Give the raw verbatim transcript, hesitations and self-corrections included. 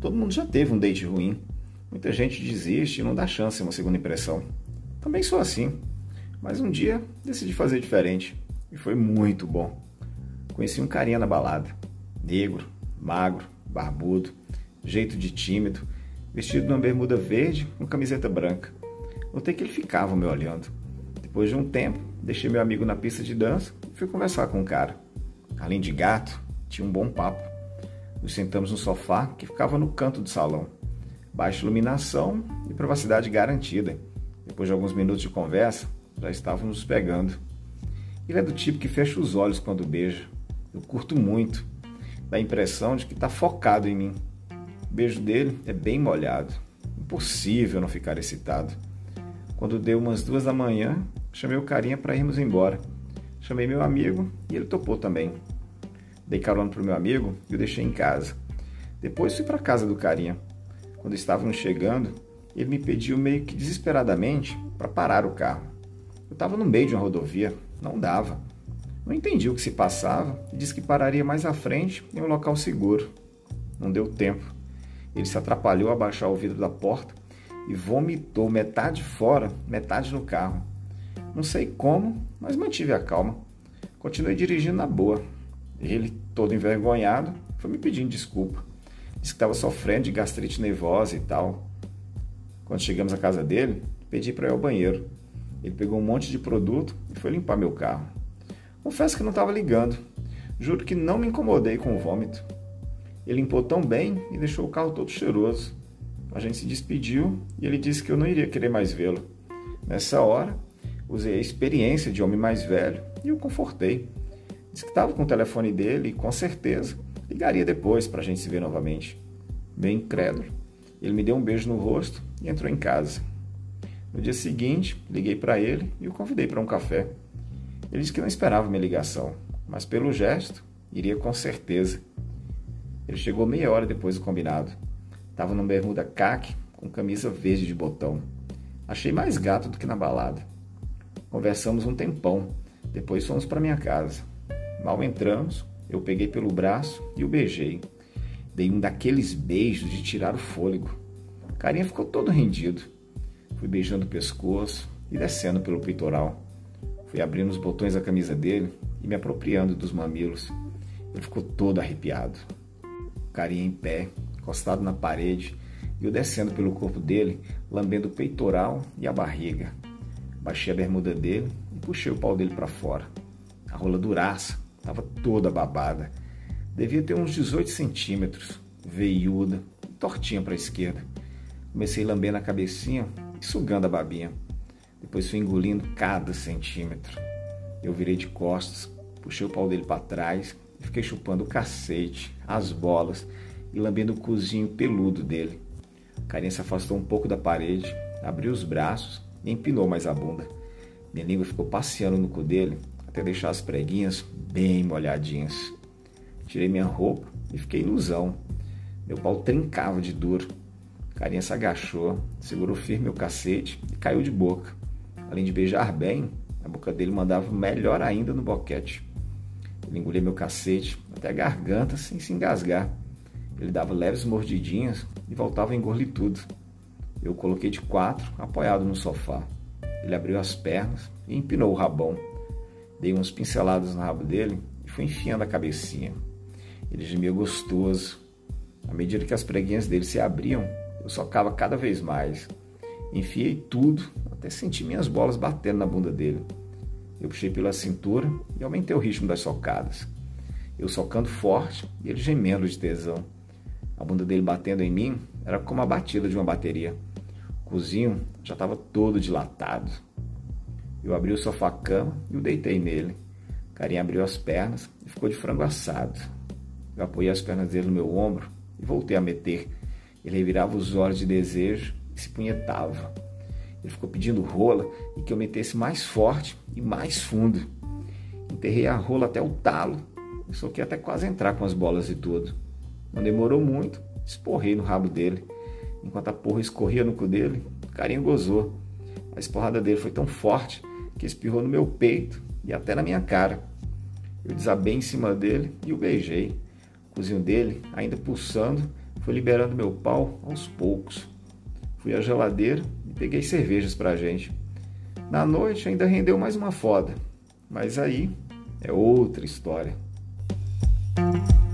Todo mundo já teve um date ruim. Muita gente desiste e não dá chance a uma segunda impressão. Também sou assim. Mas um dia decidi fazer diferente. E foi muito bom. Conheci um carinha na balada. Negro, magro, barbudo, jeito de tímido, vestido numa bermuda verde com camiseta branca. Notei que ele ficava me olhando. Depois de um tempo, deixei meu amigo na pista de dança e fui conversar com o cara. Além de gato, tinha um bom papo. Nos sentamos no sofá que ficava no canto do salão. Baixa iluminação e privacidade garantida. Depois de alguns minutos de conversa, já estávamos nos pegando. Ele é do tipo que fecha os olhos quando beija. Eu curto muito. Dá a impressão de que está focado em mim. O beijo dele é bem molhado. Impossível não ficar excitado. Quando deu umas duas da manhã, chamei o carinha para irmos embora. Chamei meu amigo e ele topou também. Dei carona para o meu amigo e o deixei em casa. Depois fui para a casa do carinha. Quando estávamos chegando, ele me pediu meio que desesperadamente para parar o carro. Eu estava no meio de uma rodovia, não dava. Não entendi o que se passava e disse que pararia mais à frente em um local seguro. Não deu tempo. Ele se atrapalhou a baixar o vidro da porta e vomitou metade fora, metade no carro. Não sei como, mas mantive a calma. Continuei dirigindo na boa. Ele, todo envergonhado, foi me pedindo desculpa. Disse que estava sofrendo de gastrite nervosa e tal. Quando chegamos à casa dele, pedi para ir ao banheiro. Ele pegou um monte de produto e foi limpar meu carro. Confesso que não estava ligando. Juro que não me incomodei com o vômito. Ele limpou tão bem e deixou o carro todo cheiroso. A gente se despediu e ele disse que eu não iria querer mais vê-lo. Nessa hora, usei a experiência de homem mais velho e o confortei. Disse que estava com o telefone dele e, com certeza, ligaria depois para a gente se ver novamente. Bem incrédulo, ele me deu um beijo no rosto e entrou em casa. No dia seguinte, liguei para ele e o convidei para um café. Ele disse que não esperava minha ligação, mas pelo gesto, iria com certeza. Ele chegou meia hora depois do combinado. Estava numa bermuda caque com camisa verde de botão. Achei mais gato do que na balada. Conversamos um tempão, depois fomos para minha casa. Mal entramos, eu peguei pelo braço e o beijei. Dei um daqueles beijos de tirar o fôlego. O carinha ficou todo rendido. Fui beijando o pescoço e descendo pelo peitoral. Fui abrindo os botões da camisa dele e me apropriando dos mamilos. Ele ficou todo arrepiado. O carinha em pé, encostado na parede, e eu descendo pelo corpo dele, lambendo o peitoral e a barriga. Baixei a bermuda dele e puxei o pau dele para fora. A rola duraça, estava toda babada. Devia ter uns dezoito centímetros, veiuda e tortinha para a esquerda. Comecei lambendo a cabecinha e sugando a babinha. Depois fui engolindo cada centímetro. Eu virei de costas, puxei o pau dele para trás e fiquei chupando o cacete, as bolas e lambendo o cozinho peludo dele. O carinha se afastou um pouco da parede, abriu os braços e empinou mais a bunda. Minha língua ficou passeando no cu dele até deixar as preguinhas bem molhadinhas. Tirei minha roupa e fiquei nuzão. Meu pau trincava de duro. O carinha se agachou, segurou firme o cacete e caiu de boca. Além de beijar bem, a boca dele mandava melhor ainda no boquete. Ele engolia meu cacete até a garganta sem se engasgar. Ele dava leves mordidinhas e voltava a engolir tudo. Eu o coloquei de quatro, apoiado no sofá. Ele abriu as pernas e empinou o rabão. Dei umas pinceladas no rabo dele e fui enfiando a cabecinha. Ele gemia gostoso. À medida que as preguinhas dele se abriam, eu socava cada vez mais. Enfiei tudo até sentir minhas bolas batendo na bunda dele. Eu puxei pela cintura e aumentei o ritmo das socadas. Eu socando forte e ele gemendo de tesão. A bunda dele batendo em mim era como a batida de uma bateria. O cozinho já estava todo dilatado. Eu abri o sofá-cama e o deitei nele. O carinha abriu as pernas e ficou de frango assado. Eu apoiei as pernas dele no meu ombro e voltei a meter. Ele revirava os olhos de desejo e se punhetava. Ele ficou pedindo rola e que eu metesse mais forte e mais fundo. Enterrei a rola até o talo e soquei até quase entrar com as bolas e tudo. Não demorou muito, esporrei no rabo dele. Enquanto a porra escorria no cu dele, o carinha gozou. A esporrada dele foi tão forte que espirrou no meu peito e até na minha cara. Eu desabei em cima dele e o beijei. O cozinho dele, ainda pulsando, foi liberando meu pau aos poucos. Fui à geladeira e peguei cervejas pra gente. Na noite ainda rendeu mais uma foda, mas aí é outra história.